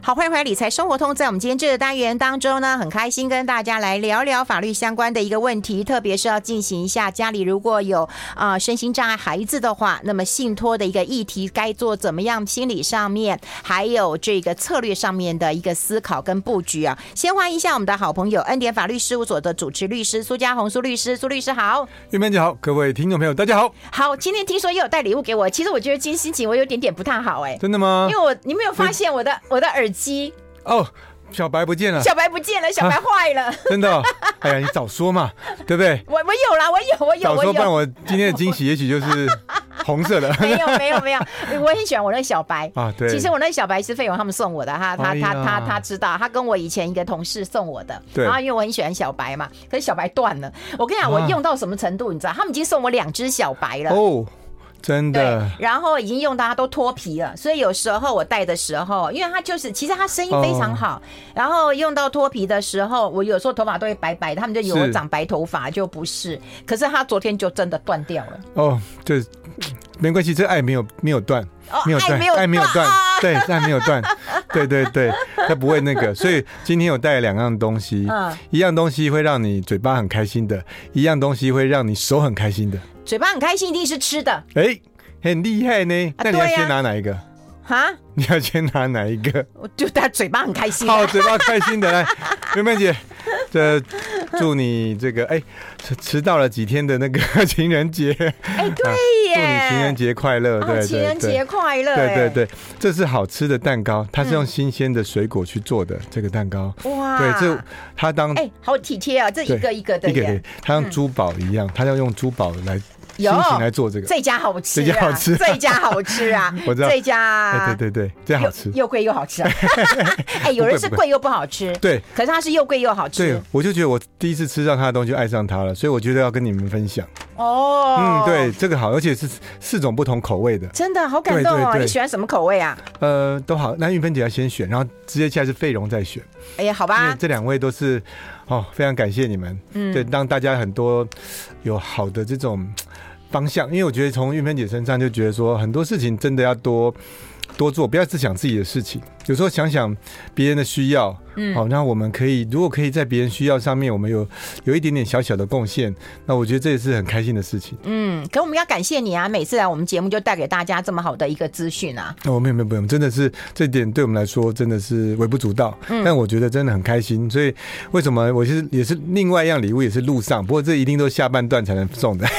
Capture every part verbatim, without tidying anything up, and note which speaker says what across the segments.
Speaker 1: 好，欢迎回来理财生活通。在我们今天这个单元当中呢，很开心跟大家来聊聊法律相关的一个问题，特别是要进行一下家里如果有啊、呃、身心障碍孩子的话，那么信托的一个议题该做怎么样，心理上面还有这个策略上面的一个思考跟布局啊。先欢迎一下我们的好朋友恩典法律事务所的主持律师苏嘉宏苏律师。苏律师好。
Speaker 2: 玉梅姐好，各位听众朋友大家好。
Speaker 1: 好，今天听说又有带礼物给我，其实我觉得今天心情我有点点不太好哎、欸。
Speaker 2: 真的吗？
Speaker 1: 因为我你没有发现我的我的耳机
Speaker 2: 哦，小白不见了，
Speaker 1: 小白不见了，小白坏了、啊，
Speaker 2: 真的、哦？哎呀，你早说嘛，对不对？
Speaker 1: 我我有啦，我有，我有，
Speaker 2: 早说，不然
Speaker 1: 我
Speaker 2: 我今天的惊喜也许就是红色的。
Speaker 1: 没有，没有，没有，我很喜欢我那个小白
Speaker 2: 啊。对，
Speaker 1: 其实我那个小白是费勇他们送我的，他他、哎、他他他知道，他跟我以前一个同事送我的。
Speaker 2: 对。
Speaker 1: 然后因为我很喜欢小白嘛，可是小白断了。我跟你讲，我用到什么程度，你知道？他们已经送我两只小白了。
Speaker 2: 哦。真的，
Speaker 1: 对，然后已经用到它都脱皮了，所以有时候我戴的时候，因为它就是其实它声音非常好，哦、然后用到脱皮的时候，我有时候头发都会白白的，他们就以为我长白头发，就不是。可是它昨天就真的断掉了。
Speaker 2: 哦，对，没关系，这爱没有没有断。
Speaker 1: 哦、
Speaker 2: 没有断，爱没有断，对，爱没有断，对对对，它不会那个，所以今天有带两样东西，嗯、一样东西会让你嘴巴很开心的，一样东西会让你手很开心的。
Speaker 1: 嘴巴很开心一定是吃的，
Speaker 2: 哎、欸，很厉害呢。啊、那你要先拿哪一个？
Speaker 1: 哈？
Speaker 2: 你要先拿哪一个？
Speaker 1: 我就他嘴巴很开心。
Speaker 2: 好，嘴巴开心的来，圆圆姐，这祝你这个哎，迟到了几天的那个情人节，
Speaker 1: 哎，对耶，
Speaker 2: 祝你情人节快乐，对对对，
Speaker 1: 情人节快乐，
Speaker 2: 对对对，这是好吃的蛋糕，它是用新鲜的水果去做的这个蛋糕，
Speaker 1: 哇，
Speaker 2: 对，这它当
Speaker 1: 哎，好体贴啊，这一个一个的，
Speaker 2: 一个一个，它像珠宝一样，它要用珠宝来。心情来做这个，
Speaker 1: 这家好吃、啊，
Speaker 2: 这家好吃，
Speaker 1: 这家好吃啊！
Speaker 2: 我知道，
Speaker 1: 这家，
Speaker 2: 对对对对，这好吃，
Speaker 1: 又贵又好吃、啊。哎，有人是贵又不好吃，
Speaker 2: 对，
Speaker 1: 可是它是又贵又好吃。
Speaker 2: 对，我就觉得我第一次吃到它的东西就爱上它了，所以我觉得要跟你们分享。
Speaker 1: 哦，
Speaker 2: 嗯，对，这个好，而且是四种不同口味的，
Speaker 1: 真的好感动哦！
Speaker 2: 对对对，
Speaker 1: 你喜欢什么口味啊？
Speaker 2: 呃，都好，那玉芬姐要先选，然后直接下来是费荣再选。
Speaker 1: 哎呀，好吧，
Speaker 2: 因为这两位都是哦，非常感谢你们，嗯，对，让大家很多有好的这种方向，因为我觉得从玉芬姐身上就觉得说很多事情真的要多多做，不要只想自己的事情，有时候想想别人的需要，嗯，好，那我们可以如果可以在别人需要上面我们有有一点点小小的贡献，那我觉得这也是很开心的事情。
Speaker 1: 嗯，可我们要感谢你啊，每次来我们节目就带给大家这么好的一个资讯啊。
Speaker 2: 哦，没有没有没有，真的是这点对我们来说真的是微不足道，嗯，但我觉得真的很开心，所以为什么我其实也是另外一样礼物也是路上，不过这一定都下半段才能送的。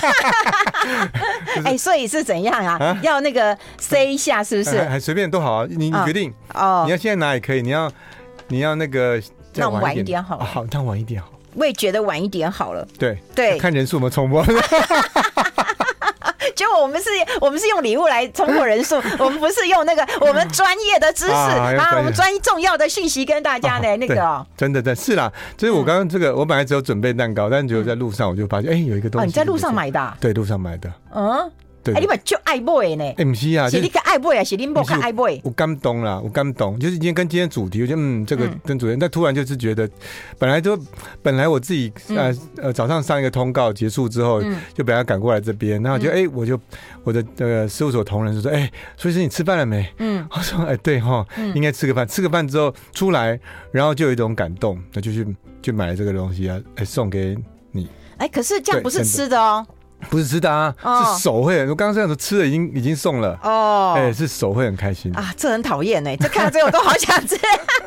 Speaker 1: 哎、欸，所以是怎样啊？啊要那个塞一下，是不是？
Speaker 2: 还随便都好啊，你你决定哦。你要现在拿也可以，你要你要那个
Speaker 1: 那晚一点好了。
Speaker 2: 哦、好，那晚一点好。
Speaker 1: 我也觉得晚一点好了。
Speaker 2: 对
Speaker 1: 对，
Speaker 2: 看人数有没有冲破。
Speaker 1: 结果我们是，我们是用礼物来冲破人数，我们不是用那个我们专业的知识啊，啊我们专重要的讯息跟大家的、啊、那个、哦。
Speaker 2: 真的，真是啦，就是我刚刚这个，嗯、我本来只有准备蛋糕，但结果在路上我就发现，哎、欸，有一个东西。哦，
Speaker 1: 你在路上买的、啊？
Speaker 2: 对，路上买的。
Speaker 1: 嗯。哎，你们就爱买呢？
Speaker 2: 哎，不是啊，
Speaker 1: 是你个爱买啊，是你不看爱买。
Speaker 2: 我感动啦，我感动，就是今天跟今天主题，我觉得嗯，这个跟主题，但突然就是觉得，本来就本来我自己呃呃早上上一个通告结束之后，就本来赶过来这边，然后就哎，我就我的呃事务所同仁就说，哎，所以说你吃饭了没？嗯，我说哎对哈，应该吃个饭，吃个饭之后出来，然后就有一种感动，那就去就买了这个东西啊，哎送给你。
Speaker 1: 哎，可是这样不是吃的哦。
Speaker 2: 不是吃的啊，哦、是手会。我刚刚这样子吃的已经已经送了哦，哎、欸，是手会很开心
Speaker 1: 啊，这很讨厌哎，这看到这个我都好想吃。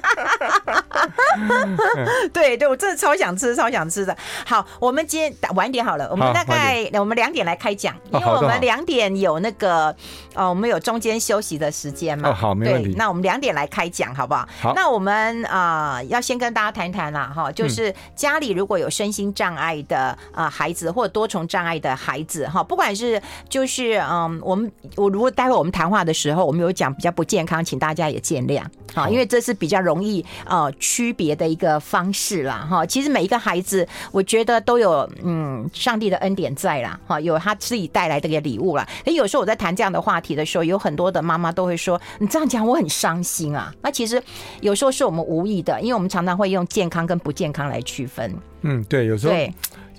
Speaker 1: 对对，我真的超想吃，超想吃的。好，我们今天晚一点好了，我们大概我们两点来开讲，因为我们两点有那个呃，我们有中间休息的时间嘛。
Speaker 2: 哦，好，没问题。
Speaker 1: 那我们两点来开讲，好不好？
Speaker 2: 好。
Speaker 1: 那我们啊、呃，要先跟大家谈谈啦，哈，就是家里如果有身心障碍的呃孩子或者多重障碍的孩子哈，不管是就是嗯，我们我如果待会我们谈话的时候，我们有讲比较不健康，请大家也见谅啊，因为这是比较容易呃区别的一个方式啦哈。其实每一个孩子，我觉得都有嗯上帝的恩典在啦哈，有他自己带来的一个礼物啦。那有时候我在谈这样的话题的时候，有很多的妈妈都会说，你这样讲我很伤心啊。那其实有时候是我们无意的，因为我们常常会用健康跟不健康来区分。
Speaker 2: 嗯，对，有时候。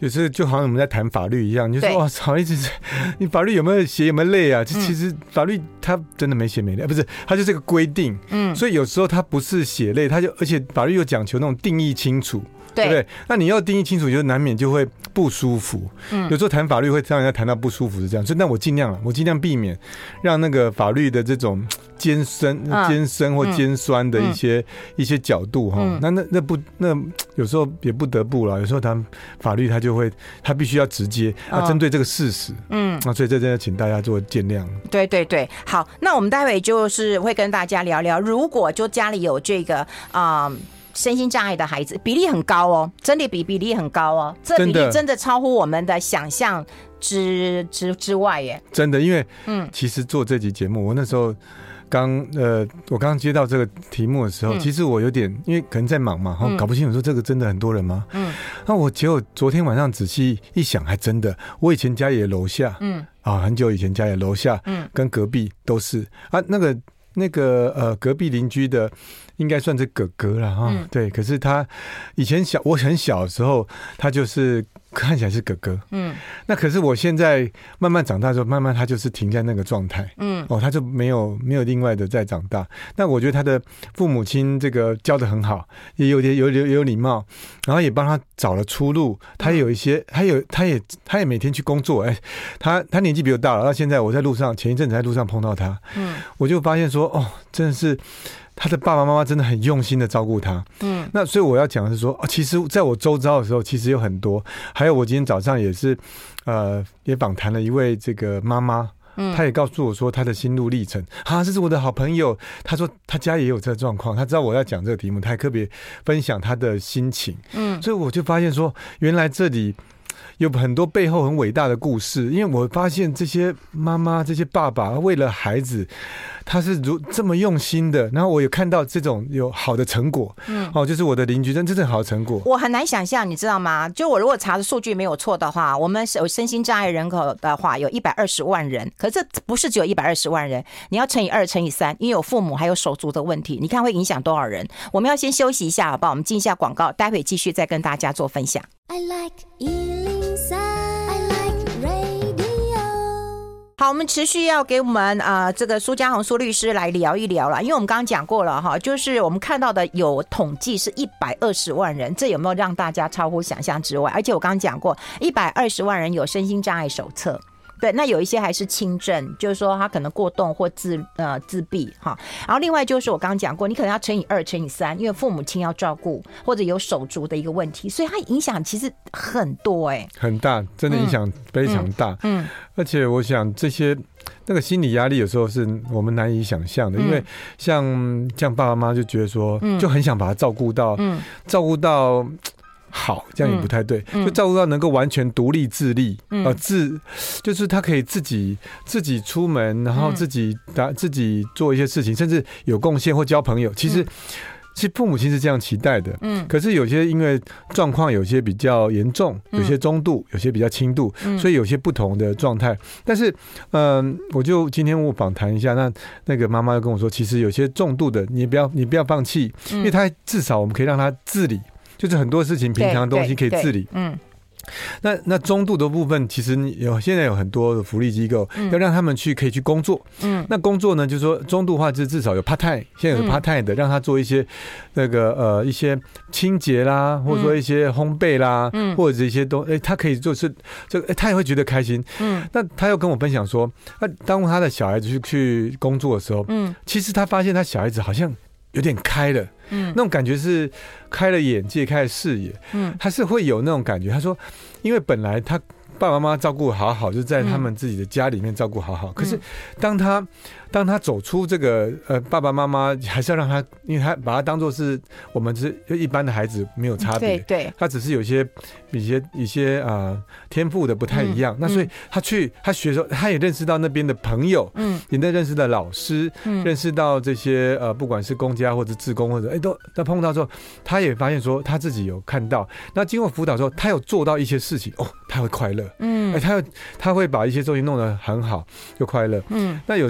Speaker 2: 就是就好像我们在谈法律一样，就是
Speaker 1: 对
Speaker 2: 哇操，一直你法律有没有写有没有类啊？其实法律它真的没写没类，不是，它就是个规定。嗯，所以有时候它不是写类，它就而且法律又讲求那种定义清楚。对不对？那你要定义清楚，就难免就会不舒服。嗯，有时候谈法律会让人家谈到不舒服，是这样。所以，那我尽量了，我尽量避免让那个法律的这种艰深、艰深或尖酸的一些、嗯、一些角度哈、嗯。那那那不那有时候也不得不了。有时候谈法律，他就会他必须要直接要针对这个事实。嗯，那所以这真的请大家做见谅。
Speaker 1: 对对对，好，那我们待会就是会跟大家聊聊，如果就家里有这个啊。呃身心障碍的孩子比例很高哦，真的比比例很高哦，这比例真的超乎我们的想象之之之外耶。
Speaker 2: 真的，因为嗯，其实做这集节目，我那时候刚呃，我刚接到这个题目的时候，嗯、其实我有点因为可能在忙嘛，嗯、搞不清楚说这个真的很多人吗？嗯，那我结果昨天晚上仔细一想，还真的，我以前家里的楼下，嗯啊，很久以前家里的楼下，嗯，跟隔壁都是啊，那个那个呃，隔壁邻居的。应该算是哥哥了哈、嗯，对。可是他以前小，我很小的时候，他就是看起来是哥哥，嗯。那可是我现在慢慢长大之后，慢慢他就是停在那个状态，嗯。哦，他就没有没有另外的再长大。那我觉得他的父母亲这个教得很好，也有点有有有礼貌，然后也帮他找了出路。他有一些，他有他也他也每天去工作，哎，他他年纪比我大了，到现在我在路上前一阵子在路上碰到他，嗯，我就发现说，哦，真的是。他的爸爸妈妈真的很用心的照顾他，嗯，那所以我要讲的是说，其实在我周遭的时候，其实有很多，还有我今天早上也是，呃，也访谈了一位这个妈妈，嗯，她也告诉我说她的心路历程，啊，这是我的好朋友，她说她家也有这个状况，她知道我要讲这个题目，她还特别分享她的心情，嗯，所以我就发现说，原来这里。有很多背后很伟大的故事，因为我发现这些妈妈、这些爸爸为了孩子，他是如这么用心的。然后我有看到这种有好的成果，嗯，哦，就是我的邻居，真真正好的成果。
Speaker 1: 我很难想象，你知道吗？就我如果查的数据没有错的话，我们有身心障碍人口的话，有一百二十万人。可是这不是只有一百二十万人，你要乘以二、乘以三，因为有父母还有手足的问题，你看会影响多少人？我们要先休息一下，好不好？我们进一下广告，待会继续再跟大家做分享。I like 一零三 I like radio。 好，我们持续要给我们呃这个苏嘉宏苏律师来聊一聊了，因为我们刚刚讲过了哈，就是我们看到的有统计是一百二十万人，这有没有让大家超乎想象之外？而且我刚刚讲过，一百二十万人有身心障碍手册。对，那有一些还是轻症，就是说他可能过动或自呃自闭哈。然后另外就是我刚刚讲过，你可能要乘以二、乘以三，因为父母亲要照顾或者有手足的一个问题，所以它影响其实很多哎、欸，
Speaker 2: 很大，真的影响非常大。嗯，嗯而且我想这些那个心理压力有时候是我们难以想象的，嗯、因为像像爸爸妈妈就觉得说，嗯、就很想把他照顾到，嗯、照顾到。好，这样也不太对，嗯、就照顾到能够完全独立自立，嗯、呃，自就是他可以自己自己出门，然后自己打、嗯、自己做一些事情，甚至有贡献或交朋友。其实，嗯、其实父母亲是这样期待的，嗯。可是有些因为状况有些比较严重，有些中度，有些比较轻度，嗯、所以有些不同的状态。但是，嗯、呃，我就今天我访谈一下，那那个妈妈就跟我说，其实有些重度的，你不要你不要放弃，嗯、因为他至少我们可以让他自理。就是很多事情平常的东西可以自理，嗯，那那中度的部分，其实有现在有很多的福利机构，嗯、要让他们去可以去工作，嗯，那工作呢，就是说中度化，就至少有 part time， 现在有 part time 的，嗯、让他做一些那个呃一些清洁啦，或者说一些烘焙啦，嗯、或者一些东，哎，他可以做是这个，他也会觉得开心，嗯，那他又跟我分享说，那当他的小孩子去去工作的时候，嗯，其实他发现他小孩子好像有点开了。嗯，那种感觉是开了眼界，开了视野。嗯，他是会有那种感觉。他说，因为本来他爸爸妈妈照顾好好，就在他们自己的家里面照顾好好。嗯、可是当他当他走出这个呃爸爸妈妈还是要让他，因为他把他当作是我们是一般的孩子没有差别，
Speaker 1: 对对，
Speaker 2: 他只是有些一些一些啊、呃、天赋的不太一样。嗯、那所以他去他学的时候，他也认识到那边的朋友，嗯，也在认识到老师，嗯，认识到这些呃不管是公家或者志工或者哎都他碰到之后，他也发现说他自己有看到，那经过辅导之后，他有做到一些事情，哦，他会快乐，嗯，哎他他会把一些东西弄得很好，就快乐，嗯，那有的事情。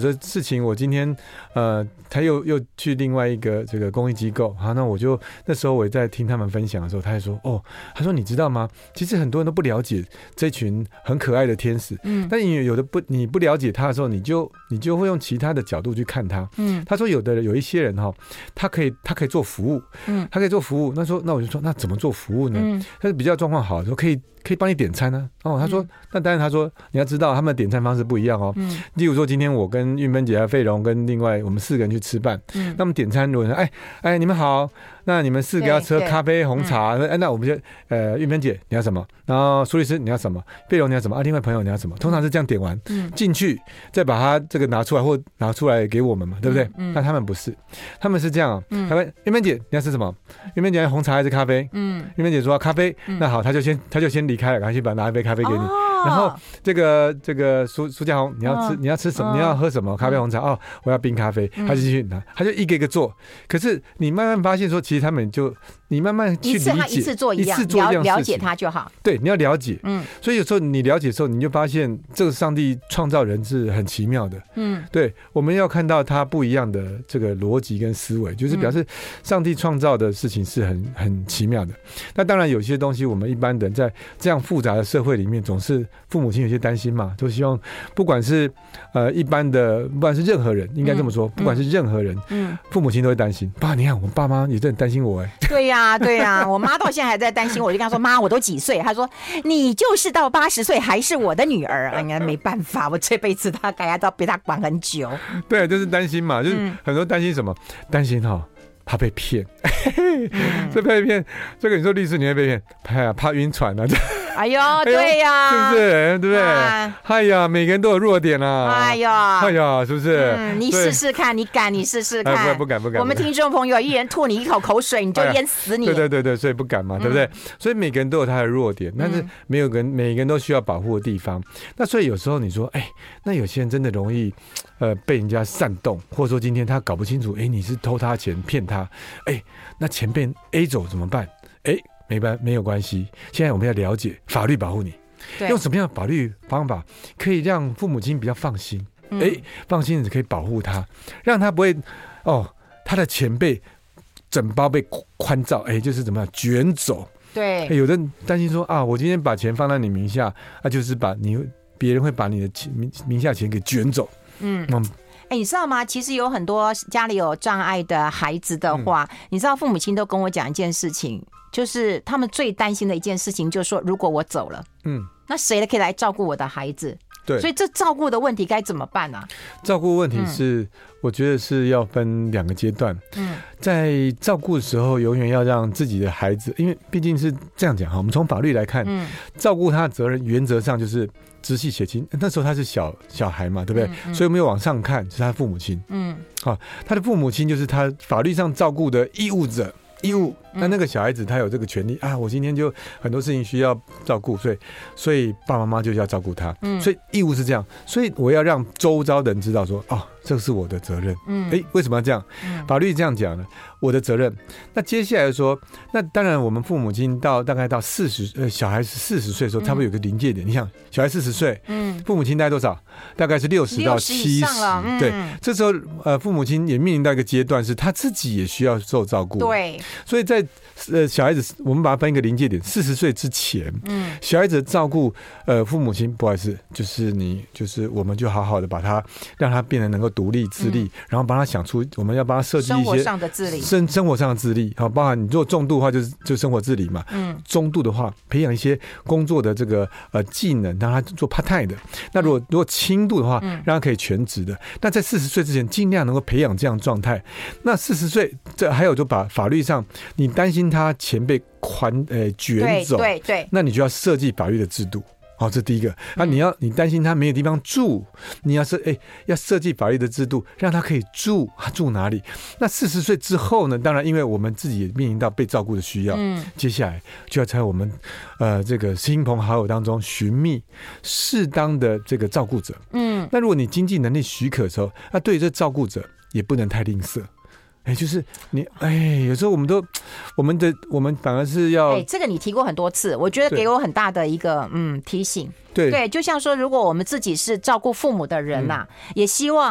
Speaker 2: 情，我今天呃，他又又去另外一个这个公益机构，好，那我就那时候我也在听他们分享的时候，他就说哦，他说你知道吗？其实很多人都不了解这群很可爱的天使，嗯，但你有的不你不了解他的时候，你就你就会用其他的角度去看他，嗯，他说有的有一些人哈，他可以他可以做服务，嗯，他可以做服务，那说那我就说那怎么做服务呢？嗯，他是比较状况好的时候可以。可以帮你点餐呢、啊。哦，他说，嗯、那当然，他说你要知道他们的点餐方式不一样哦。嗯，例如说今天我跟韵芬姐、还有费荣跟另外我们四个人去吃饭，嗯，那么点餐如果说，哎哎，你们好，那你们四个要吃咖啡、红茶，哎，那我们就呃，韵芬姐你要什么？然后苏律师你要什么？费荣你要什么？啊，另外朋友你要什么？通常是这样点完，嗯，进去再把它这个拿出来或拿出来给我们嘛，对不对？嗯，那他们不是，他们是这样，嗯，他们韵芬姐你要吃什么？韵芬姐红茶还是咖啡？嗯，韵芬姐说咖啡，那好，他就先他就先离开了，赶快去把拿一杯咖啡给你。哦、然后这个这个苏苏家红，你要吃、哦、你要吃什么？你要喝什么？咖啡、红茶哦，我要冰咖啡。他就继续拿，他就一个一个做。可是你慢慢发现说，其实他们就你慢慢去理解，一次他一次做一样，一次做一样了解他就好。对，你要了解。嗯，所以有时候你了解的时候，你就发现这个上帝创造人是很奇妙的。嗯，对，我们要看到他不一样的这个逻辑跟思维，就是表示上帝创造的事情是很很奇妙的。那当然有些东西我们一般人在这样复杂的社会里面，总是父母亲有些担心嘛，都希望不管是呃一般的，不管是任何人，应该这么说，嗯、不管是任何人，嗯，父母亲都会担心。爸，你看我爸妈也是很担心我哎、欸。
Speaker 1: 对呀、啊，对呀、啊，我妈到现在还在担心我，我就跟她说：“妈，我都几岁？”她说：“你就是到八十岁还是我的女儿。”哎呀，没办法，我这辈子大概要被她管很久。
Speaker 2: 对，就是担心嘛，就是很多担心什么？担心哈。怕被骗，这被骗，这个你说律师你会被骗，怕怕晕船啊！
Speaker 1: 哎呦，对呀，
Speaker 2: 是不是？对不对？哎呀，每个人都有弱点啊！
Speaker 1: 哎呦，
Speaker 2: 哎呀，是不是？
Speaker 1: 嗯，你试试看，你敢？你试试看。
Speaker 2: 哎、不敢，不敢。
Speaker 1: 我们听众朋友一人吐你一口口水，你就淹死你。
Speaker 2: 哎、对对对对，所以不敢嘛，对不对？嗯、所以每个人都有他的弱点，但是没有人每个人都需要保护的地方。那所以有时候你说，哎，那有些人真的容易。呃，被人家煽动，或者说今天他搞不清楚，哎，你是偷他钱骗他，哎，那钱被 A 走怎么办？哎，没办没有关系，现在我们要了解法律保护你，用什么样的法律方法可以让父母亲比较放心？哎、嗯，放心可以保护他，让他不会哦，他的钱被整包被宽照，哎，就是怎么样卷走？
Speaker 1: 对，
Speaker 2: 有的人担心说啊，我今天把钱放在你名下，那、啊、就是把你别人会把你的钱名名下钱给卷走。嗯，
Speaker 1: 哎、欸，你知道吗？其实有很多家里有障碍的孩子的话，嗯、你知道父母亲都跟我讲一件事情，就是他们最担心的一件事情，就是说如果我走了，嗯，那谁可以来照顾我的孩子？对，所以这照顾的问题该怎么办啊？
Speaker 2: 照顾问题是，嗯、我觉得是要分两个阶段。嗯，在照顾的时候，永远要让自己的孩子，因为毕竟是这样讲哈，我们从法律来看，嗯、照顾他的责任原则上就是直系血亲。那时候他是小小孩嘛，对不对？嗯嗯、所以我们要往上看，是他父母亲。嗯，好，他的父母亲就是他法律上照顾的义务者。义务，那那个小孩子他有这个权利啊，我今天就很多事情需要照顾，所以所以爸爸妈妈就要照顾他，嗯，所以义务是这样，所以我要让周遭的人知道说，哦，这是我的责任，嗯，哎，为什么要这样？嗯、法律这样讲呢？我的责任。那接下来说，那当然我们父母亲到大概到四十，呃，小孩四十岁的时候，差不多有个临界点。嗯、你想，小孩四十岁，嗯，父母亲大概多少？大概是六十到七十，嗯、对，这时候呃，父母亲也面临到一个阶段，是他自己也需要受照顾，
Speaker 1: 对，
Speaker 2: 所以在呃小孩子，我们把它分一个临界点，四十岁之前，嗯，小孩子的照顾，呃，父母亲不好意思，就是你，就是我们就好好的把他让他变得能够独立自立，嗯、然后帮他想出，我们要帮他设计一些生
Speaker 1: 活上的自理。
Speaker 2: 生生活上的自立，好，包含你如果重度的话，就是就生活自理嘛。嗯，中度的话，培养一些工作的这个呃技能，让他做 part time 的。那如果如果轻度的话，嗯、让他可以全职的。那在四十岁之前，尽量能够培养这样的状态。那四十岁，这还有就把法律上，你担心他钱被宽呃卷走，
Speaker 1: 对对对，
Speaker 2: 那你就要设计法律的制度。好，这第一个。啊，你要你担心他没有地方住，你要设哎、欸、要设计法律的制度，让他可以住，他住哪里？那四十岁之后呢？当然，因为我们自己也面临到被照顾的需要，嗯，接下来就要在我们呃这个亲朋好友当中寻觅适当的这个照顾者，嗯，那如果你经济能力许可的时候，那对于这照顾者也不能太吝啬。哎，就是你，哎，有时候我们都，我们的我们反而是要，
Speaker 1: 哎，这个你提过很多次，我觉得给我很大的一个嗯提醒。
Speaker 2: 对
Speaker 1: 对，就像说，如果我们自己是照顾父母的人呐、啊，嗯、也希望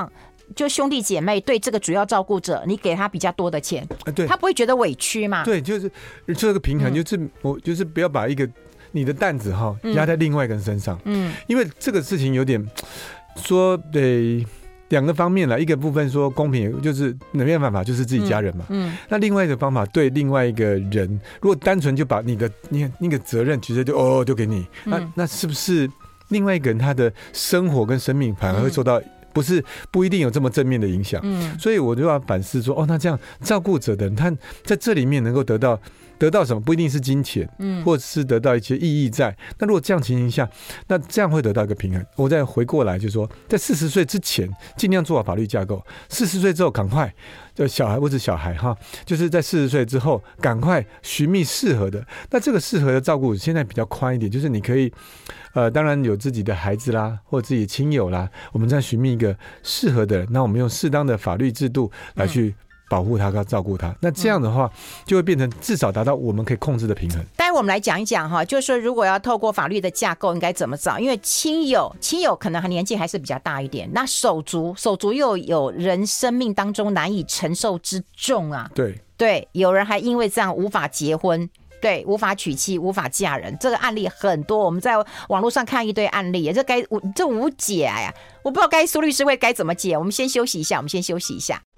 Speaker 1: 就兄弟姐妹对这个主要照顾者，你给他比较多的钱，
Speaker 2: 啊、对，
Speaker 1: 他不会觉得委屈嘛？
Speaker 2: 对，就是这个平衡，就是、嗯、我就是不要把一个你的担子哈压在另外一个人身上，嗯，因为这个事情有点说得。两个方面啦，一个部分说公平，就是哪面办法就是自己家人嘛。嗯，嗯那另外一个方法对另外一个人，如果单纯就把你的你那个责任直接就哦丢给你，嗯、那那是不是另外一个人他的生活跟生命反而会受到、嗯、不是不一定有这么正面的影响？嗯，所以我就要反思说，哦，那这样照顾者的人，他在这里面能够得到。得到什么不一定是金钱，嗯，或者是得到一些意义在。那如果这样情形下，那这样会得到一个平衡。我再回过来就是说，在四十岁之前尽量做好法律架构，四十岁之后赶快，就小孩或者小孩哈，就是在四十岁之后赶快寻觅适合的。那这个适合的照顾现在比较宽一点，就是你可以，呃，当然有自己的孩子啦，或者自己的亲友啦，我们再寻觅一个适合的人，那我们用适当的法律制度来去、嗯。保护他，照顾他，那这样的话，就会变成至少达到我们可以控制的平衡。
Speaker 1: 待会我们来讲一讲哈，就是说如果要透过法律的架构，应该怎么找？因为亲友，亲友可能他年纪还是比较大一点，那手足，手足又有人生命当中难以承受之重啊。
Speaker 2: 对
Speaker 1: 对，有人还因为这样无法结婚。对，无法娶妻，无法嫁人，这个案例很多。我们在网络上看一堆案例，这该这无解呀！我不知道该苏律师会该怎么解。我们先休息一下，我们先休息一下。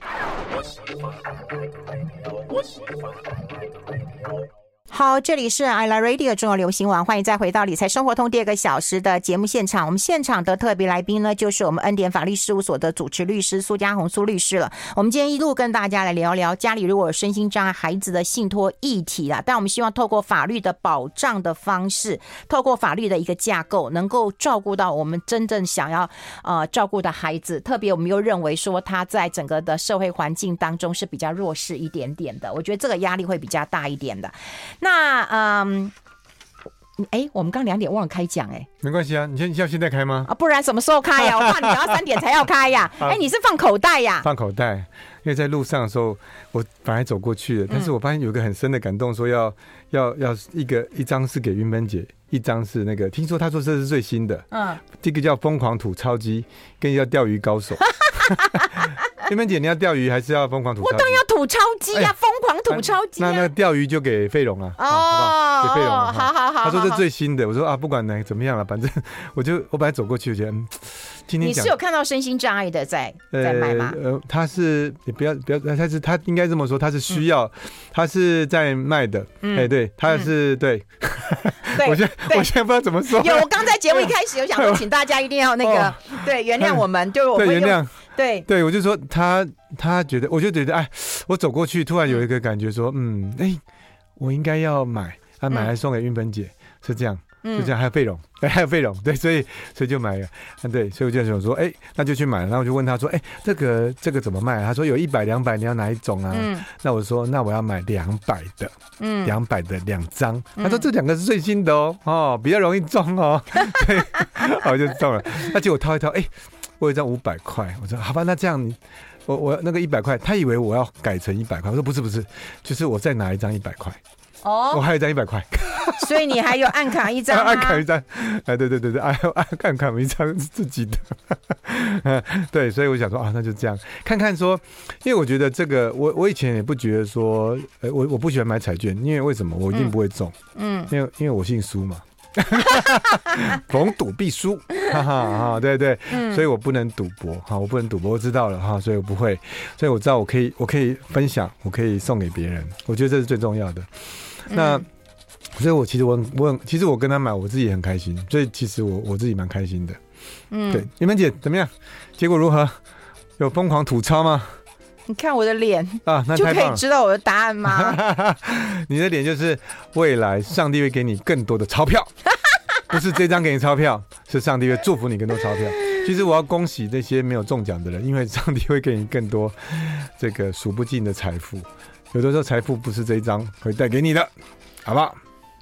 Speaker 1: 好，这里是 I Love Radio 中国流行网，欢迎再回到理财生活通第二个小时的节目现场。我们现场的特别来宾呢，就是我们恩典法律事务所的主持律师苏嘉宏苏律师了。我们今天一路跟大家来聊聊家里如果有身心障碍孩子的信托议题啦，但我们希望透过法律的保障的方式，透过法律的一个架构，能够照顾到我们真正想要呃照顾的孩子。特别我们又认为说他在整个的社会环境当中是比较弱势一点点的，我觉得这个压力会比较大一点的。那嗯，哎，我们刚两点忘了开讲，哎，
Speaker 2: 没关系啊，你先要现在开吗？
Speaker 1: 啊，不然什么时候开呀？我怕你等到三点才要开呀。哎，你是放口袋呀？
Speaker 2: 放口袋，因为在路上的时候，我本来走过去的，但是我发现有一个很深的感动，说要要要一个一张是给云芬姐，一张是那个，听说他说这是最新的，嗯，这个叫疯狂土超机，跟一个叫钓鱼高手。云芬姐，你要钓鱼还是要疯狂土超机？
Speaker 1: 我当然要土超机啊，疯、哎、狂土超机、啊。那
Speaker 2: 那个钓鱼就给费龙了，哦，好不好？给费龙了，好好好。他说这最新的，我说啊，不管哪怎么样了，反正我就我本来走过去，我觉得，嗯，今天
Speaker 1: 你是有看到身心障碍的在在卖吗？
Speaker 2: 呃，他是你不要不要，他是他应该这么说，他是需要，嗯、他是在卖的，哎、嗯欸，对，他是、嗯、对。对，我现在我现在不知道怎么说。
Speaker 1: 有，我刚在节目一开始有想说，请大家一定要那个，哦、对，原谅我们，就是我们
Speaker 2: 对原谅，
Speaker 1: 对
Speaker 2: 对，我就说他他觉得，我就觉得，哎，我走过去，突然有一个感觉说，嗯，哎、欸，我应该要买，啊，买来送给云芬姐，嗯、是这样。就这样，还有费龙，对，还有费龙，对，所以所以就买了，对，所以我就想说，哎、欸，那就去买了。然后我就问他说，哎、欸，这个这个怎么卖？他说有一百、两百，你要哪一种啊？嗯、那我说，那我要买两百的，嗯，两百的两张。他说这两个是最新的哦，哦，比较容易中哦，对，我就中了。那结果掏一掏，哎、欸，我有一张五百块，我说好吧，那这样你。我我那个一百块，他以为我要改成一百块，我说不是不是，就是我再拿一张一百块。哦，我还有一张一百块，
Speaker 1: 所以你还有按卡一张、啊，
Speaker 2: 按卡一张，哎，对对对对，还有按按卡一张是自己的，对，所以我想说啊，那就这样看看说，因为我觉得这个，我我以前也不觉得说，呃，我我不喜欢买彩券，因为为什么？我一定不会中，嗯，因为因为我姓苏嘛。逢赌必输，哈哈哈，对对，嗯、所以我不能赌博哈，我不能赌博，我知道了哈，所以我不会，所以我知道我可以，我可以分享，我可以送给别人，我觉得这是最重要的。嗯、那所以，我其实我很我很，其实我跟他买，我自己也很开心，所以其实我我自己蛮开心的。嗯，对，你们姐怎么样？结果如何？有疯狂吐槽吗？
Speaker 1: 你看我的脸啊，那就可以知道我的答案吗？
Speaker 2: 你的脸就是未来上帝会给你更多的钞票，不是这张给你钞票，是上帝会祝福你更多钞票。其实我要恭喜这些没有中奖的人，因为上帝会给你更多这个数不尽的财富。有的时候财富不是这一张会带给你的，好不好？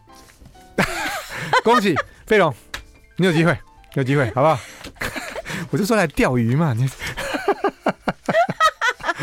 Speaker 2: 恭喜费龙，你有机会，有机会，好不好？我就说来钓鱼嘛，你。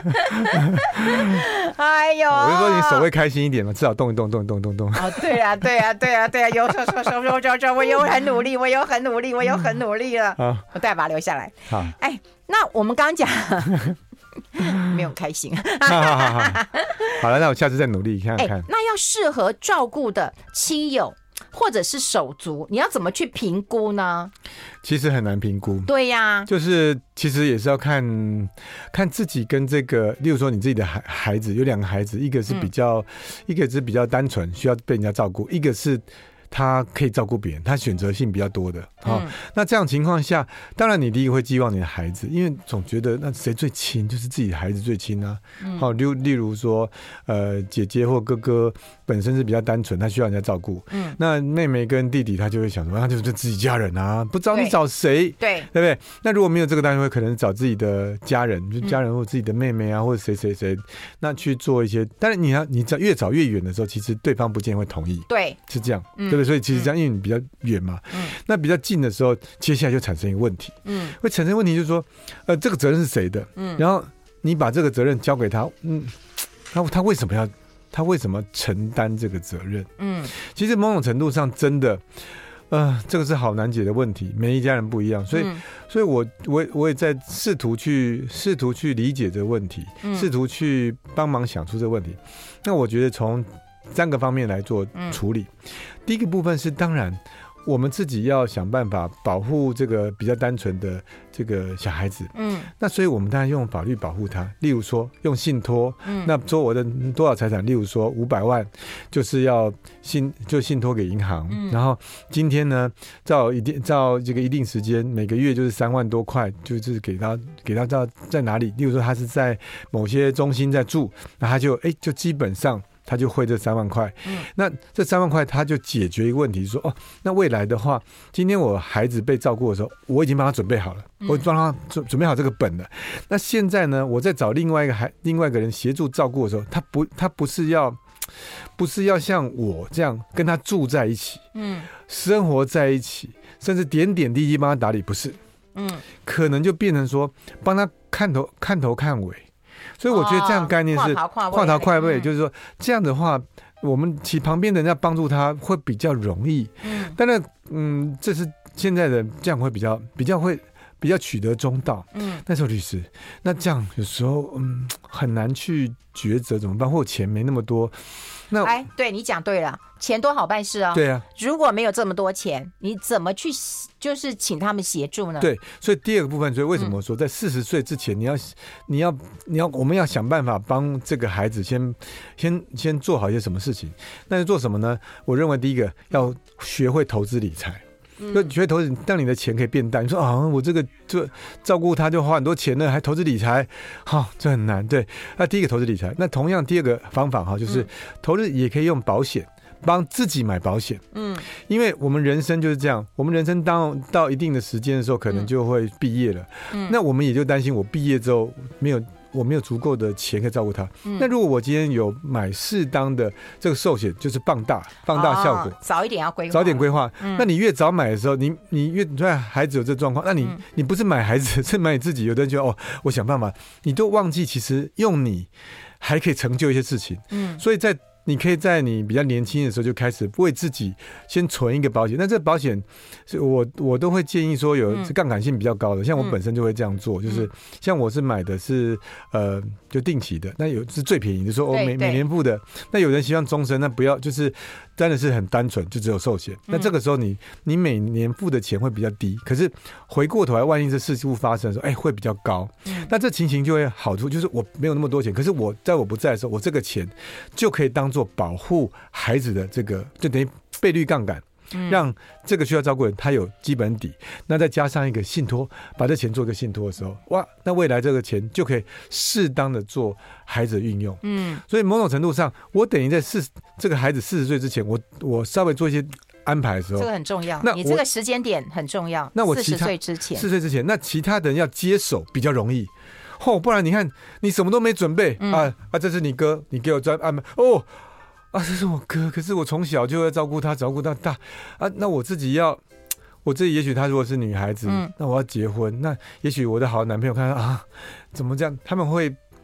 Speaker 1: 哎呦，
Speaker 2: 我就说你手会开心一点嘛，至少动一动，动一动，动一动。
Speaker 1: 哦，对啊，对啊，对啊，对啊，有说说说说说说，我有很努力，我有很努力，我有很努力了。好，我再把它留下来。
Speaker 2: 好，
Speaker 1: 哎，那我们刚刚讲没有开心。
Speaker 2: 好好好好，好了，那我下次再努力看看。
Speaker 1: 哎，那要适合照顾的亲友或者是手足，你要怎么去评估呢？
Speaker 2: 其实很难评估。
Speaker 1: 对呀、啊，
Speaker 2: 就是其实也是要看看自己跟这个，例如说你自己的孩孩子有两个孩子，一个是比较、嗯、一个是比较单纯需要被人家照顾，一个是他可以照顾别人，他选择性比较多的、哦嗯、那这样情况下，当然你第一个会寄望你的孩子，因为总觉得那谁最亲，就是自己的孩子最亲啊。嗯哦、例, 例如说呃姐姐或哥哥本身是比较单纯，他需要人家照顾、嗯、那妹妹跟弟弟他就会想说，他就是自己家人啊，不知道你找谁，对对不对？那如果没有这个单位，可能找自己的家人，就家人或自己的妹妹啊，或者谁谁谁，那去做一些。但是你要你越找越远的时候，其实对方不见得会同意，对，是这样、嗯、对不对？所以其实这样，因为你比较远嘛、嗯、那比较近的时候，接下来就产生一个问题，嗯，会产生问题就是说呃这个责任是谁的，嗯，然后你把这个责任交给他，嗯，他他为什么要他为什么承担这个责任？嗯，其实某种程度上真的呃这个是好难解的问题，每一家人不一样，所以、嗯、所以我我我也在试图去试图去理解这个问题，试图去帮忙想出这个问题。那我觉得从三个方面来做处理、嗯、第一个部分是当然我们自己要想办法保护这个比较单纯的这个小孩子，嗯，那所以我们当然用法律保护他，例如说用信托，嗯，那说我的多少财产，例如说五百万，就是要信就信托给银行、嗯，然后今天呢，照一定照这个一定时间，每个月就是三万多块，就是给他给他到在哪里，例如说他是在某些中心在住，那他就哎就基本上。他就汇这三万块、嗯，那这三万块他就解决一个问题，说哦，那未来的话，今天我孩子被照顾的时候，我已经帮他准备好了，嗯、我帮他准准备好这个本了。那现在呢，我在找另外一个孩另外一个人协助照顾的时候，他不他不是要不是要像我这样跟他住在一起，嗯，生活在一起，甚至点点滴滴帮他打理，不是，嗯，可能就变成说帮他看头看头看尾。所以我觉得这样概念是跨逃跨位，就是说这样的话，我们其旁边的人要帮助他会比较容易。嗯，但是嗯，这是现在的这样会比较比较会比较取得中道。嗯，但是律师，那这样有时候嗯很难去抉择怎么办，或者钱没那么多。那
Speaker 1: 哎，对你讲对了，钱多好办事啊、哦。
Speaker 2: 对啊，
Speaker 1: 如果没有这么多钱，你怎么去就是请他们协助呢？
Speaker 2: 对，所以第二个部分，所以为什么说在四十岁之前，你要你要你要我们要想办法帮这个孩子先先先做好一些什么事情？那是做什么呢？我认为第一个要学会投资理财。就学投资，让你的钱可以变大。你说啊，我这个就照顾他就花很多钱了，还投资理财，好、哦，这很难。对，那第一个投资理财，那同样第二个方法哈，就是投资也可以用保险。帮自己买保险，嗯，因为我们人生就是这样，我们人生当到一定的时间的时候，可能就会毕业了，嗯，那我们也就担心我毕业之后没有。我没有足够的钱可以照顾他、嗯，那如果我今天有买适当的这个寿险，就是放大放大效果，哦、
Speaker 1: 早一点要规划，
Speaker 2: 早点规划、嗯。那你越早买的时候，你你越你看孩子有这状况，那你、嗯、你不是买孩子，是买你自己。有的人觉得哦，我想办法，你都忘记其实用你还可以成就一些事情。嗯，所以在。你可以在你比较年轻的时候就开始为自己先存一个保险，那这个保险是我我都会建议说有杠杆性比较高的，像我本身就会这样做，就是像我是买的是呃就定期的，那有是最便宜，就是说我每每年付的，那有人希望终身，那不要就是真的是很单纯，就只有寿险，那这个时候你你每年付的钱会比较低，可是回过头来万一这事故发生的时候，哎会比较高，那这情形就会好处就是我没有那么多钱，可是我在我不在的时候，我这个钱就可以当做保护孩子的这个，就等于倍率杠杆，让这个需要照顾的人他有基本底，那再加上一个信托，把这钱做一个信托的时候，哇，那未来这个钱就可以适当的做孩子的运用。嗯，所以某种程度上，我等于在四这个孩子四十岁之前，我我稍微做一些安排的时候，
Speaker 1: 这个很重要。那你这个时间点很重要。
Speaker 2: 那我
Speaker 1: 四十岁之前，
Speaker 2: 四十岁之前，那其他的人要接手比较容易。哦，不然你看你什么都没准备、嗯、啊啊！这是你哥，你给我专安排哦啊，这是我哥，可是我从小就要照顾他，照顾到大啊。那我自己要，我自己也许他如果是女孩子，嗯、那我要结婚，那也许我的好男朋友看到啊，怎么这样？他们会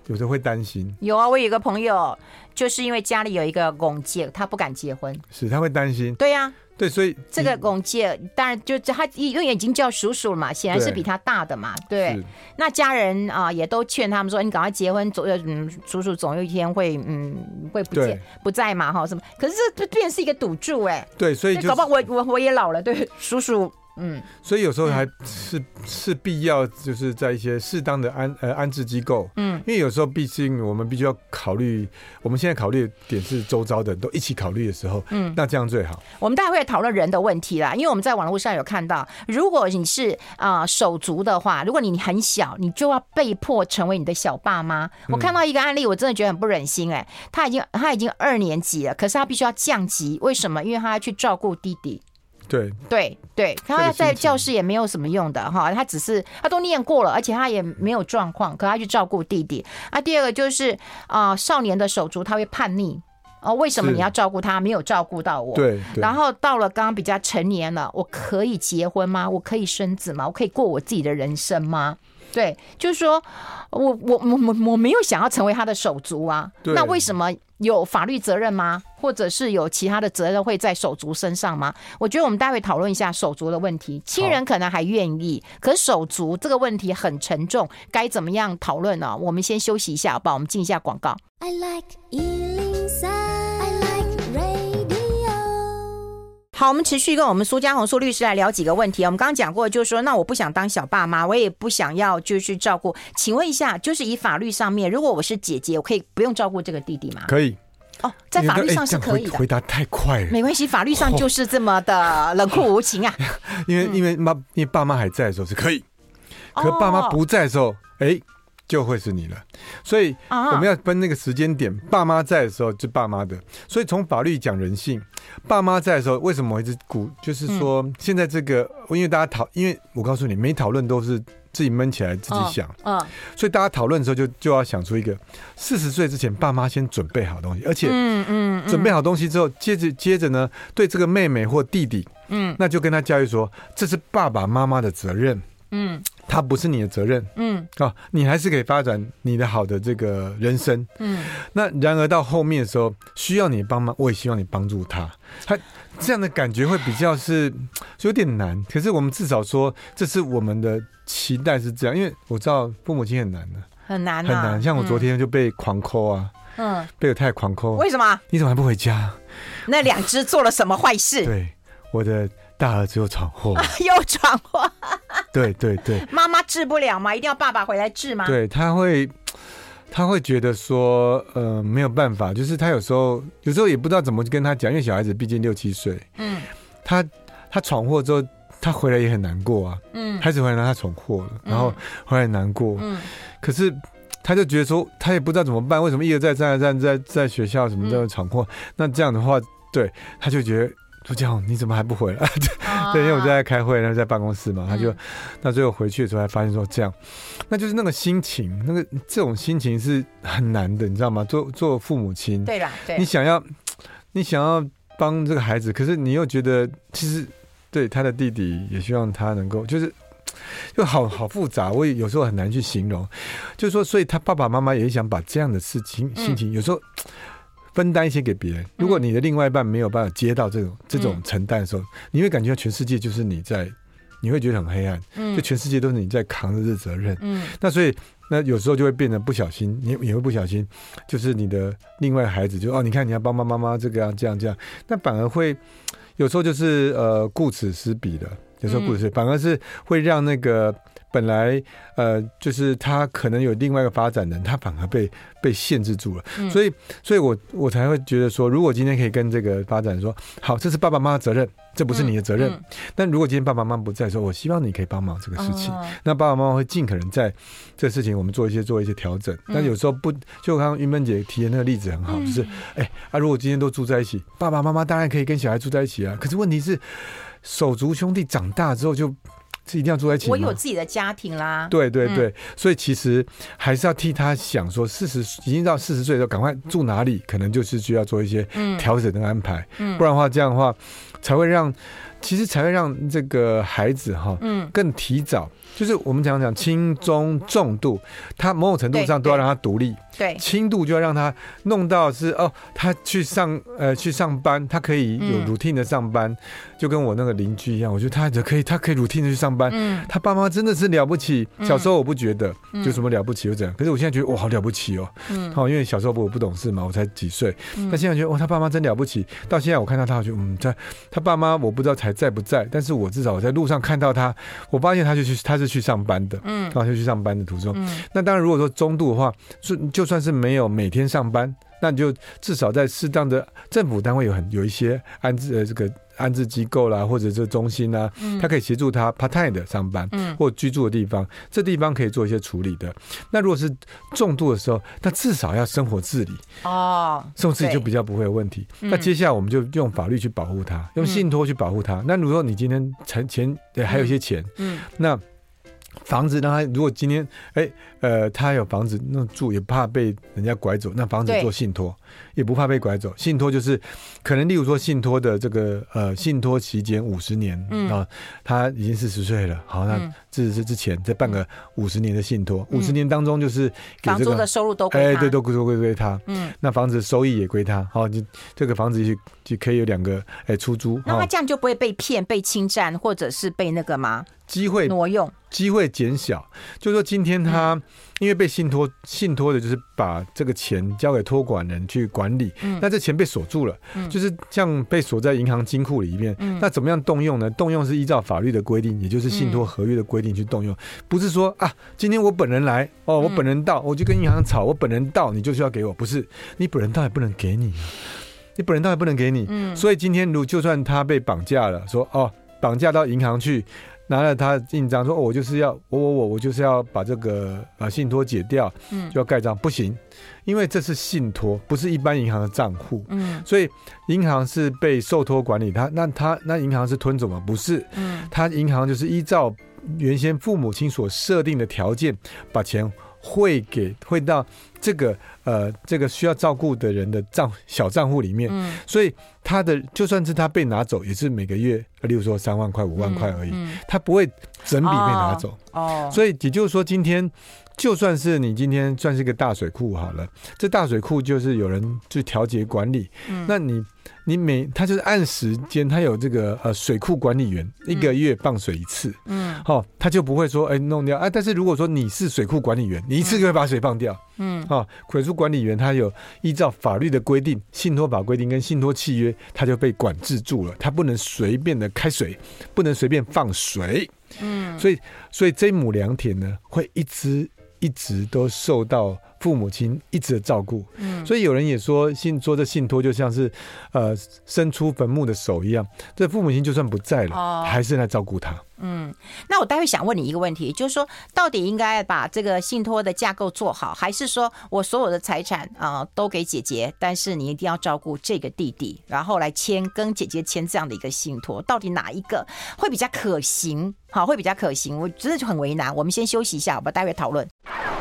Speaker 2: 有时候会担心。
Speaker 1: 有啊，我有一个朋友，就是因为家里有一个公姐，他不敢结婚，
Speaker 2: 是他会担心。
Speaker 1: 对呀、啊。
Speaker 2: 对，所以
Speaker 1: 这个公姐当然就他因为已经叫叔叔了嘛，显然是比他大的嘛，对。那家人啊、呃、也都劝他们说，你赶快结婚，总嗯叔叔总有一天会嗯会不见不在嘛哈什么。可是这变成是一个赌注哎、欸。
Speaker 2: 对，所以就
Speaker 1: 搞不好我我我也老了，对叔叔。嗯，
Speaker 2: 所以有时候还是、嗯、是必要，就是在一些适当的安呃安置机构，嗯，因为有时候毕竟我们必须要考虑，我们现在考虑的点是周遭的都一起考虑的时候，嗯，那这样最好。
Speaker 1: 我们待会会讨论人的问题啦，因为我们在网络上有看到，如果你是啊、呃、手足的话，如果你很小，你就要被迫成为你的小爸妈。我看到一个案例，我真的觉得很不忍心哎、欸，他已经他已经二年级了，可是他必须要降级，为什么？因为他要去照顾弟弟。
Speaker 2: 对
Speaker 1: 对对，他在教室也没有什么用的哈，他只是他都念过了，而且他也没有状况，可他去照顾弟弟。啊，第二个就是啊、呃，少年的手足他会叛逆哦，为什么你要照顾他，没有照顾到我？
Speaker 2: 对。
Speaker 1: 然后到了刚刚比较成年了，我可以结婚吗？我可以生子吗？我可以过我自己的人生吗？对，就是说我我我我没有想要成为他的手足啊，那为什么有法律责任吗？或者是有其他的责任会在手足身上吗？我觉得我们待会讨论一下手足的问题。亲人可能还愿意，可是手足这个问题很沉重，该怎么样讨论呢？我们先休息一下好不好？我们进一下广告。I like 一零三 I like radio。 好，我们持续跟我们苏嘉宏苏律师来聊几个问题。我们刚刚讲过，就是说那我不想当小爸妈，我也不想要就是照顾，请问一下，就是以法律上面，如果我是姐姐，我可以不用照顾这个弟弟吗？
Speaker 2: 可以
Speaker 1: 哦，在法律上是可以的。
Speaker 2: 欸、回, 回答太快了，
Speaker 1: 没关系，法律上就是这么的冷酷无情啊。
Speaker 2: 因为因为妈，因为爸妈还在的时候是可以，可爸妈不在的时候，哎、欸，就会是你了。所以我们要分那个时间点，爸妈在的时候就爸妈的。所以从法律讲人性，爸妈在的时候，为什么我一直鼓，就是说、嗯、现在这个，因为大家讨，因为我告诉你，没讨论都是自己闷起来自己想，嗯嗯、所以大家讨论的时候就就要想出一个四十岁之前爸妈先准备好东西，而且准备好东西之后，接着接着呢，对这个妹妹或弟弟，嗯，那就跟他教育说，这是爸爸妈妈的责任，嗯，他不是你的责任，嗯，啊，你还是可以发展你的好的这个人生，嗯，那然而到后面的时候需要你帮忙，我也希望你帮助他，他。这样的感觉会比较是有点难，可是我们至少说这是我们的期待是这样，因为我知道父母亲很难的，
Speaker 1: 很难、啊、
Speaker 2: 很难。像我昨天就被狂扣啊，嗯，被我太太狂扣，
Speaker 1: 为什么？
Speaker 2: 你怎么还不回家？
Speaker 1: 那两只做了什么坏事？
Speaker 2: 对，我的大儿子又闯祸，
Speaker 1: 又闯祸。
Speaker 2: 对对对，
Speaker 1: 妈妈治不了吗？一定要爸爸回来治吗？
Speaker 2: 对，他会。他会觉得说，呃，没有办法，就是他有时候，有时候也不知道怎么跟他讲，因为小孩子毕竟六七岁，嗯，他他闯祸之后，他回来也很难过啊，嗯，孩子回来他闯祸了，然后回来难过，嗯，可是他就觉得说，他也不知道怎么办，为什么一而再再而三在在学校什么的闯祸，嗯、那这样的话，对，他就觉得。说这样你怎么还不回来？啊、对，因为我在开会，然后在办公室嘛，他就、嗯、那最后回去的时候还发现说这样，那就是那个心情，那个这种心情是很难的，你知道吗？做做父母亲，
Speaker 1: 对啦，对，
Speaker 2: 你想要你想要帮这个孩子，可是你又觉得其实对他的弟弟也希望他能够，就是就好好复杂，我也有时候很难去形容，就是说，所以他爸爸妈妈也想把这样的事情心情，嗯、有时候。分担一些给别人。如果你的另外一半没有办法接到这种这种承担的时候，你会感觉到全世界就是你在，你会觉得很黑暗，就全世界都是你在扛着这责任。嗯，那所以那有时候就会变得不小心，你也会不小心，就是你的另外孩子就哦，你看你要帮帮妈妈这个啊，这样这样，那反而会有时候就是呃顾此失彼的，有时候顾此失彼，反而是会让那个。本来呃，就是他可能有另外一个发展人，他反而被被限制住了，嗯、所以，所以我我才会觉得说，如果今天可以跟这个发展说，好，这是爸爸妈妈的责任，这不是你的责任。嗯嗯、但如果今天爸爸妈妈不在的时候，我希望你可以帮忙这个事情。哦、那爸爸妈妈会尽可能在这个事情我们做一些做一些调整。嗯、但有时候不，就刚刚云芬姐提的那个例子很好，嗯、就是哎啊，如果今天都住在一起，爸爸妈妈当然可以跟小孩住在一起啊。可是问题是，手足兄弟长大之后就。是一定要住在一起吗？
Speaker 1: 我有自己的家庭啦。
Speaker 2: 对对对，嗯、所以其实还是要替他想说，四十已经到四十岁的时候，赶快住哪里，可能就是需要做一些调整跟安排。嗯，不然的话，这样的话才会让，其实才会让这个孩子哈，嗯，更提早就是我们讲讲轻中重度，他某种程度上都要让他独立。
Speaker 1: 对，
Speaker 2: 轻度就要让他弄到是哦，他去上呃去上班，他可以有 routine 的上班，嗯、就跟我那个邻居一样，我觉得他可以，他可以 routine 的去上班。嗯，他爸妈真的是了不起。小时候我不觉得有什么了不起，就这样。可是我现在觉得哇，好了不起哦。嗯，好、哦，因为小时候我不懂事嘛，我才几岁。嗯，但现在觉得哇，他爸妈真了不起。到现在我看到他，我觉得嗯，他他爸妈我不知道还在不在，但是我至少我在路上看到他，我发现他就去他是去上班的。嗯，然后就去上班的途中。嗯，那当然如果说中度的话，就算是没有每天上班，那你就至少在适当的政府单位有很有一些安置呃这个安置机构啦，或者这中心啊，嗯、他可以协助他 part time 的上班，嗯、或居住的地方，这地方可以做一些处理的。那如果是重度的时候，那至少要生活自理哦，生活自理就比较不会有问题。那接下来我们就用法律去保护他，用信托去保护他。嗯、那如果你今天钱钱还有一些钱，嗯，那房子让他，如果今天哎呃他有房子那住，也不怕被人家拐走，那房子做信托也不怕被拐走。信托就是可能例如说信托的这个呃信托期间五十年，嗯啊，他已经四十岁了，好，那这是之前再办个五十年的信托，五十、嗯、年当中就是给这个
Speaker 1: 房租的收入都归他，
Speaker 2: 哎对，都都归归他，嗯，那房子的收益也归他，好，就这个房子就就可以有两个哎出租，
Speaker 1: 那他这样就不会被骗、被侵占，或者是被那个吗？
Speaker 2: 机会
Speaker 1: 挪用，
Speaker 2: 机会减小。就是说，今天他、嗯、因为被信托，信托的就是把这个钱交给托管人去管理，嗯、那这钱被锁住了，嗯、就是像被锁在银行金库里面。嗯、那怎么样动用呢？动用是依照法律的规定，也就是信托合约的规定去动用，嗯、不是说啊，今天我本人来哦，我本人到，我就跟银行吵，我本人到，你就需要给我，不是，你本人到也不能给你，你本人到也不能给你。嗯、所以今天如就算他被绑架了，说哦，绑架到银行去。拿了他的印章说、哦、我就是要我我我我就是要把这个呃信托解掉，嗯，就要盖章，不行，因为这是信托，不是一般银行的账户，嗯，所以银行是被受托管理，他那他那银行是吞走吗？不是，嗯，他银行就是依照原先父母亲所设定的条件，把钱汇给汇到这个呃这个需要照顾的人的账小账户里面，嗯，所以他的就算是他被拿走，也是每个月，例如说三万块、五万块而已，嗯嗯、他不会整笔被拿走。哦，所以也就是说，今天就算是你今天算是一个大水库好了，这大水库就是有人去调节管理，嗯、那你你每他就是按时间，他有这个呃水库管理员，一个月放水一次，嗯，好、哦，他就不会说哎弄掉啊。但是如果说你是水库管理员，你一次就会把水放掉，嗯，啊、哦，水库管理员他有依照法律的规定、信托法规定跟信托契约，他就被管制住了，他不能随便的开水，不能随便放水，嗯，所以所以这亩良田呢，会一直一直都受到父母亲一直的照顾，嗯，所以有人也说信说这信托就像是呃伸出坟墓的手一样，这父母亲就算不在了，哦、还是来照顾他。
Speaker 1: 嗯，那我待会想问你一个问题，就是说，到底应该把这个信托的架构做好，还是说我所有的财产啊、呃、都给姐姐，但是你一定要照顾这个弟弟，然后来签跟姐姐签这样的一个信托，到底哪一个会比较可行？好，会比较可行，我真的就很为难。我们先休息一下，我们待会讨论。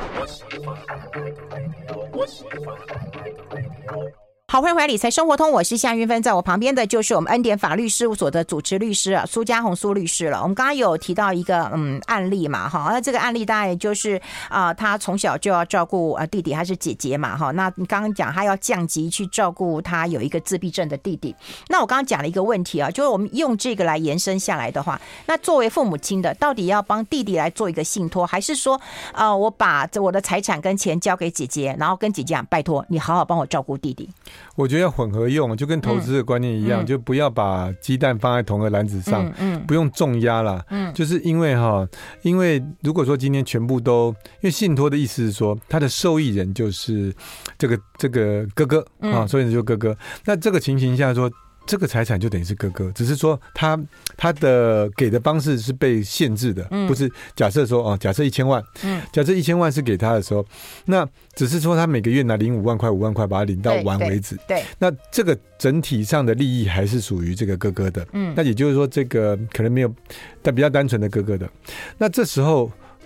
Speaker 1: 好，欢迎回来理财生活通，我是夏云芬，在我旁边的就是我们恩典法律事务所的主持律师啊，苏嘉宏苏律师了。我们刚刚有提到一个嗯案例嘛，哈，那这个案例大概就是啊、呃，他从小就要照顾啊、呃、弟弟还是姐姐嘛，哈，那你刚刚讲他要降级去照顾他有一个自闭症的弟弟，那我刚刚讲了一个问题啊，就是我们用这个来延伸下来的话，那作为父母亲的，到底要帮弟弟来做一个信托，还是说呃我把我的财产跟钱交给姐姐，然后跟姐姐讲，拜托你好好帮我照顾弟弟？
Speaker 2: 我觉得要混合用，就跟投资的观念一样，嗯、就不要把鸡蛋放在同个篮子上，嗯嗯、不用重压啦。嗯、就是因为哈，因为如果说今天全部都，因为信托的意思是说，他的受益人就是这个这个哥哥啊，嗯、受益人就哥哥。那这个情形下说，这个财产就等于是哥哥，只是说他他的给的方式是被限制的，嗯、不是假设说哦，假设一千万，嗯、假设一千万是给他的时候，那只是说他每个月拿领五万块五万块，把它领到完为止。对，对那这个整体上的利益还是属于这个哥哥的。嗯，那也就是说，这个可能没有，但比较单纯的哥哥的。那这时候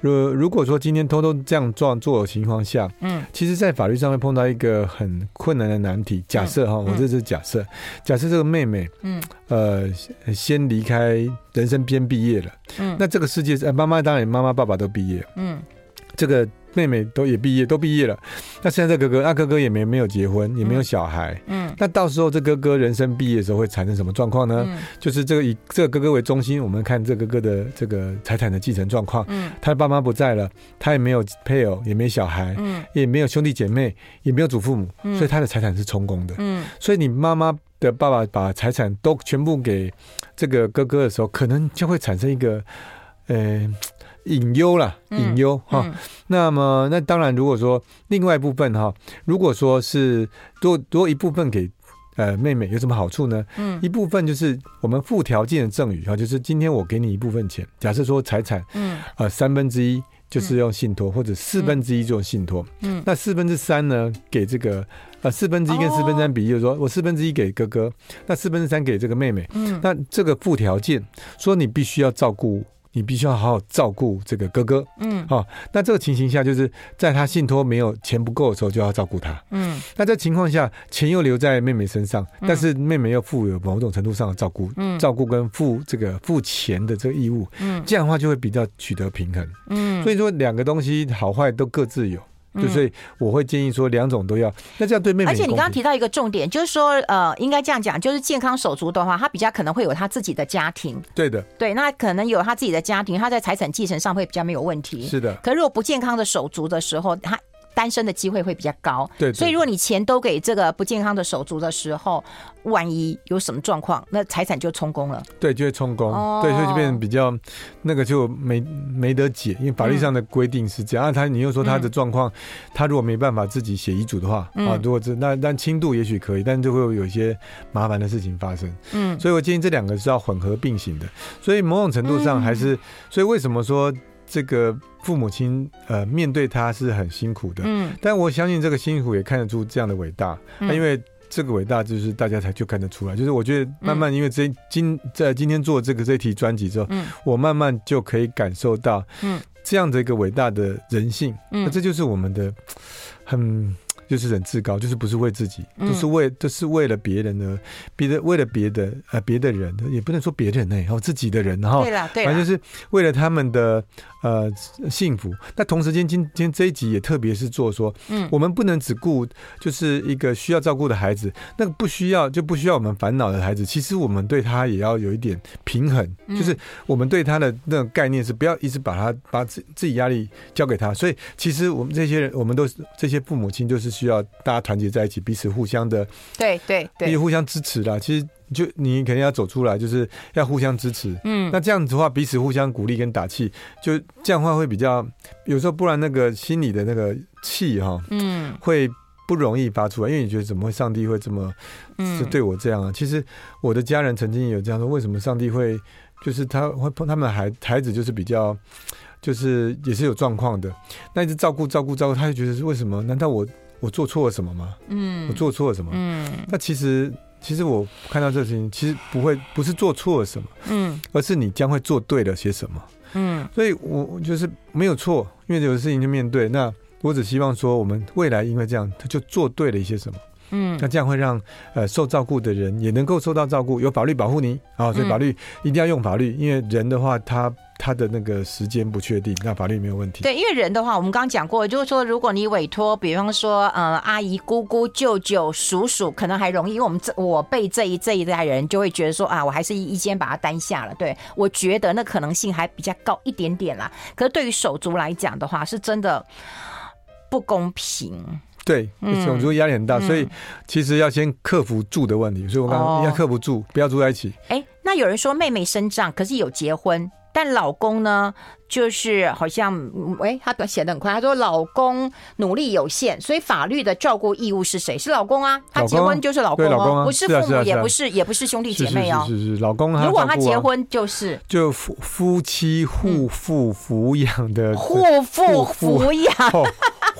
Speaker 2: 如如果说今天偷偷这样做做的情况下，
Speaker 1: 嗯，
Speaker 2: 其实，在法律上会碰到一个很困难的难题。假设哈，我这是假设，假设这个妹妹，嗯，呃，先离开人生先毕业了，嗯，那这个世界，呃，妈妈当然妈妈爸爸都毕业，嗯，这个妹妹都也毕业，都毕业了。那现在这哥哥，那哥哥也没没有结婚，也没有小孩，嗯，那到时候这哥哥人生毕业的时候会产生什么状况呢？嗯，就是这个以这个哥哥为中心，我们看这个哥哥的这个财产的继承状况。嗯，他的爸妈不在了，他也没有配偶，也没小孩，嗯，也没有兄弟姐妹，也没有祖父母，嗯，所以他的财产是充公的。嗯，所以你妈妈的爸爸把财产都全部给这个哥哥的时候，可能就会产生一个，呃。隐忧啦，隐忧哈。嗯、那么，那当然，如果说另外一部分哈，如果说是如果如果一部分给呃妹妹有什么好处呢？嗯，一部分就是我们附条件的赠与哈，就是今天我给你一部分钱，假设说财产，嗯，呃三分之一就是用信托，或者四分之一就用信托，嗯，那四分之三呢给这个呃四分之一跟四分之三比例，就是说我四分之一给哥哥，那四分之三给这个妹妹，嗯，那这个附条件说你必须要照顾。你必须要好好照顾这个哥哥，嗯，好、哦，那这个情形下，就是在他信托没有钱不够的时候，就要照顾他，嗯，那这情况下，钱又留在妹妹身上，嗯、但是妹妹又负有某种程度上的照顾，嗯，照顾跟付这个付钱的这个义务，嗯，这样的话就会比较取得平衡，嗯，所以说两个东西好坏都各自有。就所以我会建议说两种都要，那这样对妹妹。
Speaker 1: 而且你刚刚提到一个重点，就是说呃，应该这样讲，就是健康手足的话，他比较可能会有他自己的家庭。
Speaker 2: 对的，
Speaker 1: 对，那可能有他自己的家庭，他在财产继承上会比较没有问题。
Speaker 2: 是的。
Speaker 1: 可是如果不健康的手足的时候，他单身的机会会比较高。
Speaker 2: 对, 对，
Speaker 1: 所以如果你钱都给这个不健康的手足的时候，万一有什么状况，那财产就充公了。
Speaker 2: 对，就会充公。哦、对，所以就变成比较那个就没没得解，因为法律上的规定是这样。嗯、啊，他你又说他的状况，嗯、他如果没办法自己写遗嘱的话，嗯、啊，如果这那但轻度也许可以，但就会有一些麻烦的事情发生。嗯，所以我建议这两个是要混合并行的。所以某种程度上还是，嗯、所以为什么说？这个父母亲呃面对他是很辛苦的，嗯，但我相信这个辛苦也看得出这样的伟大，嗯啊、因为这个伟大就是大家才就看得出来，就是我觉得慢慢因为这今在今天做这个这题专辑之后，嗯，我慢慢就可以感受到，嗯，这样的一个伟大的人性，嗯，这就是我们的很。就是很至高，就是不是为自己，嗯、就是为，就是为了别人的，别的为了别的呃别的人，也不能说别人呢，然后自己的人，然后
Speaker 1: 对了对了，
Speaker 2: 反正就是为了他们的呃幸福。那同时间今今天这一集也特别是做说，嗯，我们不能只顾就是一个需要照顾的孩子，那个不需要就不需要我们烦恼的孩子，其实我们对他也要有一点平衡，嗯、就是我们对他的那种概念是不要一直把他把自自己压力交给他，所以其实我们这些人，我们都是这些父母亲就是。需要大家团结在一起，彼此互相的，
Speaker 1: 对对对，
Speaker 2: 彼此互相支持啦。其实就你肯定要走出来，就是要互相支持。嗯，那这样子的话，彼此互相鼓励跟打气，就这样的话会比较，有时候不然那个心里的那个气哈，嗯，会不容易发出来，因为你觉得怎么会上帝会这么是对我这样啊？嗯、其实我的家人曾经有这样说，为什么上帝会就是他会碰他们的孩孩子就是比较。就是也是有状况的，那一直照顾照顾照顾，他就觉得是为什么？难道我我做错了什么吗？嗯，我做错了什么？嗯，那其实其实我看到这个事情，其实不会不是做错了什么，嗯，而是你将会做对了些什么，嗯，所以我就是没有错，因为有的事情就面对。那我只希望说，我们未来因为这样，他就做对了一些什么。嗯，那这样会让呃受照顾的人也能够受到照顾，有法律保护你啊、哦，所以法律一定要用法律，因为人的话他他的那个时间不确定，那法律没有问题。
Speaker 1: 对，因为人的话，我们刚刚讲过，就是说如果你委托，比方说呃阿姨、姑姑、舅舅、叔叔，可能还容易，因为我们这我辈这一这一代人就会觉得说啊，我还是一肩把它担下了。对，我觉得那可能性还比较高一点点啦。可是对于手足来讲的话，是真的不公平。
Speaker 2: 对，手足压力很大，嗯、所以其实要先克服住的问题。所以我刚刚要克服住，哦、不要住在一起。
Speaker 1: 哎，那有人说妹妹身障，可是有结婚，但老公呢，就是好像，哎，他写得很快，他说老公努力有限，所以法律的照顾义务是谁？是老公啊，他结婚就是老公哦，
Speaker 2: 老公啊、
Speaker 1: 不是父母，是啊是啊是啊、也不是，也不是兄弟姐妹哦，
Speaker 2: 是是 是, 是, 是老公他、啊。
Speaker 1: 如果他结婚就是
Speaker 2: 就夫夫妻互负抚养的
Speaker 1: 互负抚养。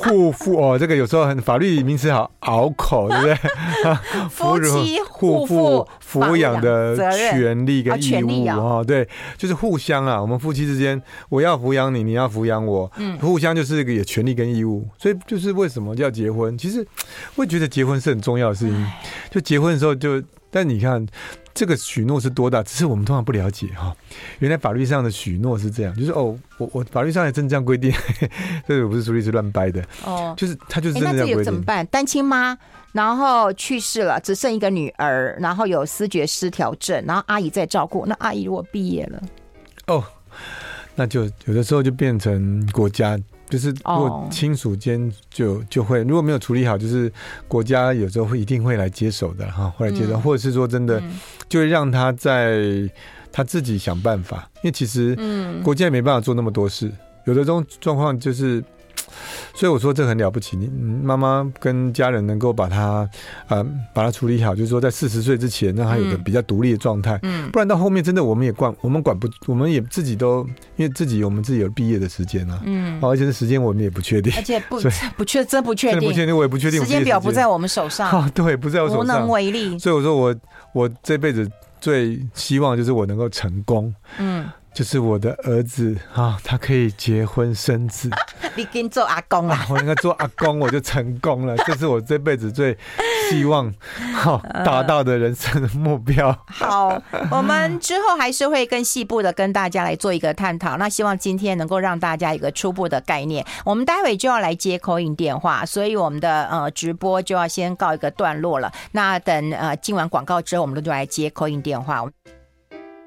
Speaker 2: 互负哦，这个有时候很法律名词好拗口，对不对？
Speaker 1: 夫妻
Speaker 2: 互负抚养的权利跟义务哦，对，就是互相啊，我们夫妻之间，我要抚养你，你要抚养我，嗯，互相就是一个有权利跟义务，所以就是为什么要结婚？其实我觉得结婚是很重要的事情，就结婚的时候就，但你看。这个许诺是多大？只是我们通常不了解哈。原来法律上的许诺是这样，就是哦，我我法律上也真这样规定，这个不是苏律师乱掰的哦。就是他就是真的这样规定。那这个
Speaker 1: 怎么办？单亲妈，然后去世了，只剩一个女儿，然后有思觉失调症，然后阿姨在照顾。那阿姨如果毕业了，
Speaker 2: 哦，那就有的时候就变成国家。就是如果亲属间就就会如果没有处理好，就是国家有时候会一定会来接手的哈，会来接手，嗯、或者是说真的就会让他在他自己想办法，因为其实国家也没办法做那么多事，有的这种状况就是。所以我说这很了不起，你妈妈跟家人能够把他呃把他处理好，就是说在四十岁之前让他有个比较独立的状态，嗯，不然到后面真的我们也管我们管不，我们也自己都因为自己我们自己有毕业的时间啊，嗯，而且这时间我们也不确定，
Speaker 1: 而且不不确真不确定，
Speaker 2: 真的不确定，我也不确定，
Speaker 1: 时间表不在我们手上，
Speaker 2: 啊，对，不在我手上，
Speaker 1: 无能为力。所
Speaker 2: 以我说我我这辈子最希望就是我能够成功，嗯。就是我的儿子啊，他可以结婚生子。
Speaker 1: 你跟做阿公啊？
Speaker 2: 我应该做阿公，我就成功了。这是我这辈子最希望好达到的人生的目标。
Speaker 1: 好，我们之后还是会更细部的跟大家来做一个探讨。那希望今天能够让大家一个初步的概念。我们待会就要来接 call in 电话，所以我们的呃直播就要先告一个段落了。那等呃进完广告之后，我们就来接 call in 电话。